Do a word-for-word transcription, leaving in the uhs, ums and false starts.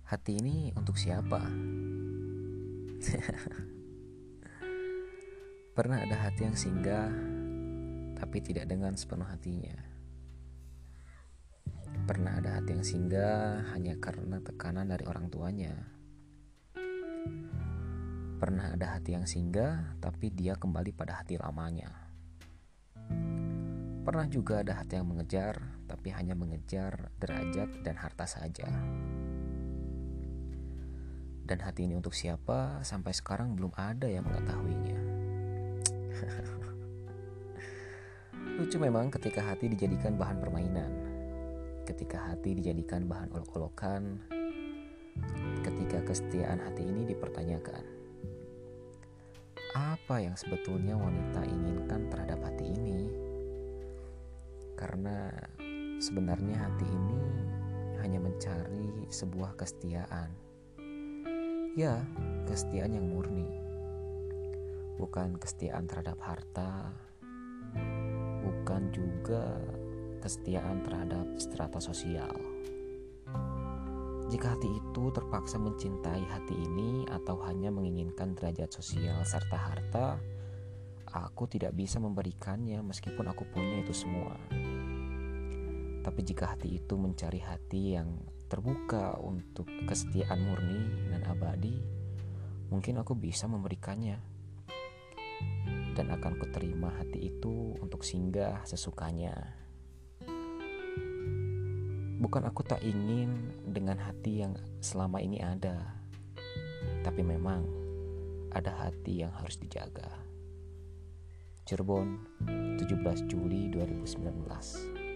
Hati ini untuk siapa? Pernah ada hati yang singgah, tapi tidak dengan sepenuh hatinya. Pernah ada hati yang singgah hanya karena tekanan dari orang tuanya. Pernah ada hati yang singgah, tapi dia kembali pada hati lamanya. Pernah juga ada hati yang mengejar, tapi hanya mengejar derajat dan harta saja. Dan hati ini untuk siapa, sampai sekarang belum ada yang mengetahuinya. Lucu memang ketika hati dijadikan bahan permainan, ketika hati dijadikan bahan olok-olokan, ketika kesetiaan hati ini dipertanyakan. Apa yang sebetulnya wanita inginkan terhadap hati ini? Karena sebenarnya hati ini hanya mencari sebuah kesetiaan. Ya, kesetiaan yang murni. Bukan kesetiaan terhadap harta, bukan juga kesetiaan terhadap strata sosial. Jika hati itu terpaksa mencintai hati ini atau hanya menginginkan derajat sosial serta harta, aku tidak bisa memberikannya meskipun aku punya itu semua. Tapi jika hati itu mencari hati yang terbuka untuk kesetiaan murni dan abadi, mungkin aku bisa memberikannya. Dan akan kuterima hati itu untuk singgah sesukanya. Bukan aku tak ingin dengan hati yang selama ini ada, tapi memang ada hati yang harus dijaga. Cirebon, tujuh belas Juli dua ribu sembilan belas.